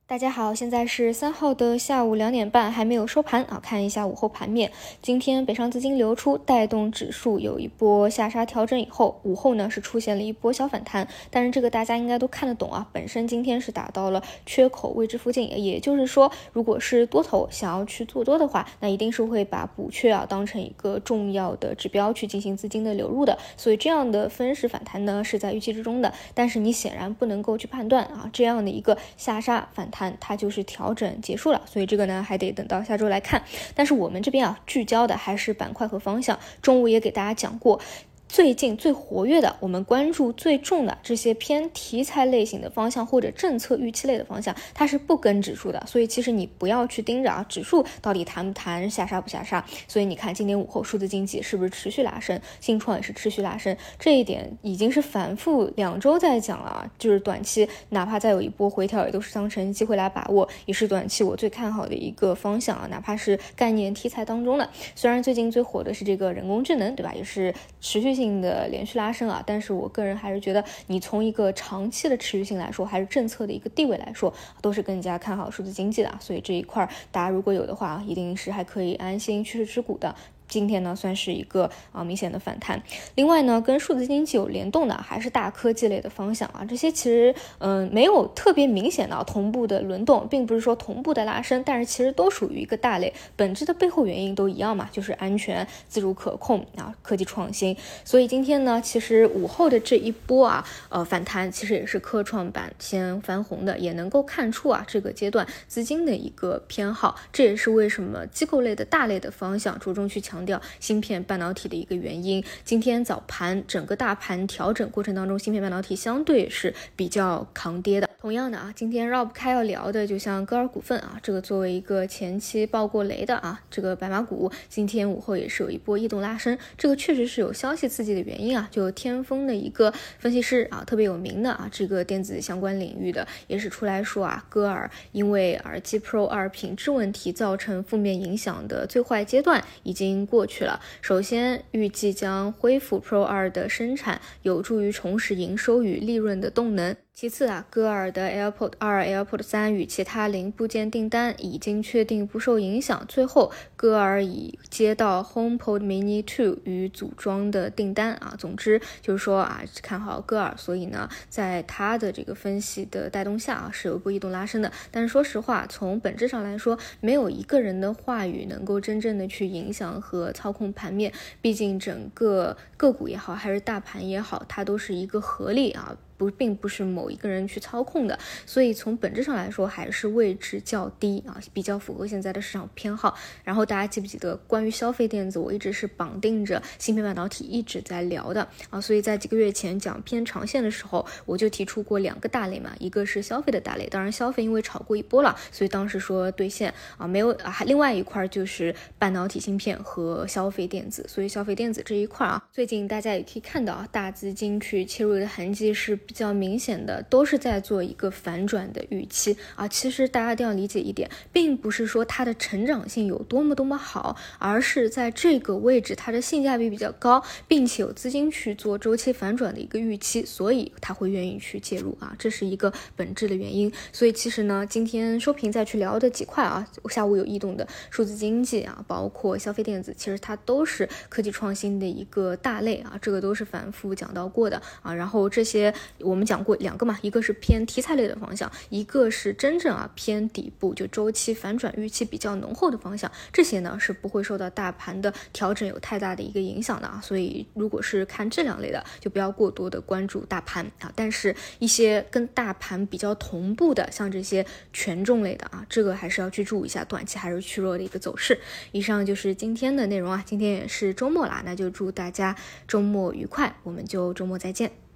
大家好，现在是3号的下午2点半，还没有收盘啊。看一下午后盘面，今天北上资金流出，带动指数有一波下杀调整以后，午后呢是出现了一波小反弹，但是这个大家应该都看得懂啊。本身今天是打到了缺口位置附近，也就是说，如果是多头想要去做多的话，那一定是会把补缺当成一个重要的指标去进行资金的流入的。所以这样的分时反弹呢是在预期之中的，但是你显然不能够去判断啊，这样的一个下杀反弹它就是调整结束了，所以这个呢还得等到下周来看。但是我们这边聚焦的还是板块和方向，中午也给大家讲过，最近最活跃的，我们关注最重的这些偏题材类型的方向或者政策预期类的方向，它是不跟指数的，所以其实你不要去盯着指数到底弹不弹，下杀不下杀。所以你看今天午后数字经济是不是持续拉升，信创也是持续拉升，这一点已经是反复2周在讲了就是短期哪怕再有一波回调，也都是当成机会来把握，也是短期我最看好的一个方向哪怕是概念题材当中的。虽然最近最火的是这个人工智能，对吧，也是持续性的连续拉升但是我个人还是觉得你从一个长期的持续性来说，还是政策的一个地位来说，都是更加看好数字经济的，所以这一块大家如果有的话，一定是还可以安心趋势持股的。今天呢算是一个明显的反弹。另外呢，跟数字经济有联动的还是大科技类的方向这些其实没有特别明显的同步的轮动，并不是说同步的拉升，但是其实都属于一个大类，本质的背后原因都一样嘛，就是安全、自主可控科技创新。所以今天呢，其实午后的这一波反弹其实也是科创板先翻红的，也能够看出这个阶段资金的一个偏好，这也是为什么机构类的大类的方向着重去强调芯片半导体的一个原因。今天早盘整个大盘调整过程当中，芯片半导体相对是比较抗跌的。同样的今天绕不开要聊的，就像歌尔股份这个作为一个前期爆过雷的这个白马股，今天午后也是有一波异动拉升，这个确实是有消息刺激的原因就天风的一个分析师特别有名的这个电子相关领域的，也是出来说歌尔因为耳机 Pro 2品质问题造成负面影响的最坏阶段已经过去了。首先预计将恢复 Pro 2的生产，有助于重拾营收与利润的动能。其次歌尔的 AirPod 2、AirPod 3与其他零部件订单已经确定不受影响。最后歌尔已接到 HomePod Mini 2与组装的订单总之就是说看好歌尔，所以呢在他的这个分析的带动下是有一波异动拉升的。但是说实话，从本质上来说，没有一个人的话语能够真正的去影响和操控盘面，毕竟整个个股也好还是大盘也好，它都是一个合力并不是某一个人去操控的，所以从本质上来说还是位置较低比较符合现在的市场偏好。然后大家记不记得关于消费电子，我一直是绑定着芯片半导体一直在聊的所以在几个月前讲偏长线的时候，我就提出过2个大类嘛，一个是消费的大类，当然消费因为炒过一波了，所以当时说兑现没有另外一块就是半导体芯片和消费电子，所以消费电子这一块最近大家也可以看到大资金去切入的痕迹是比较明显的，都是在做一个反转的预期其实大家一定要理解一点，并不是说它的成长性有多么好，而是在这个位置它的性价比比较高，并且有资金去做周期反转的一个预期，所以他会愿意去介入这是一个本质的原因。所以其实呢，今天收评再去聊的几块下午有异动的数字经济包括消费电子，其实它都是科技创新的一个大类这个都是反复讲到过的然后这些我们讲过2个嘛，一个是偏题材类的方向，一个是真正偏底部就周期反转预期比较浓厚的方向，这些呢是不会受到大盘的调整有太大的一个影响的所以如果是看这2类的，就不要过多的关注大盘但是一些跟大盘比较同步的，像这些权重类的这个还是要去注意一下短期还是趋弱的一个走势。以上就是今天的内容今天也是周末啦，那就祝大家周末愉快，我们就周末再见。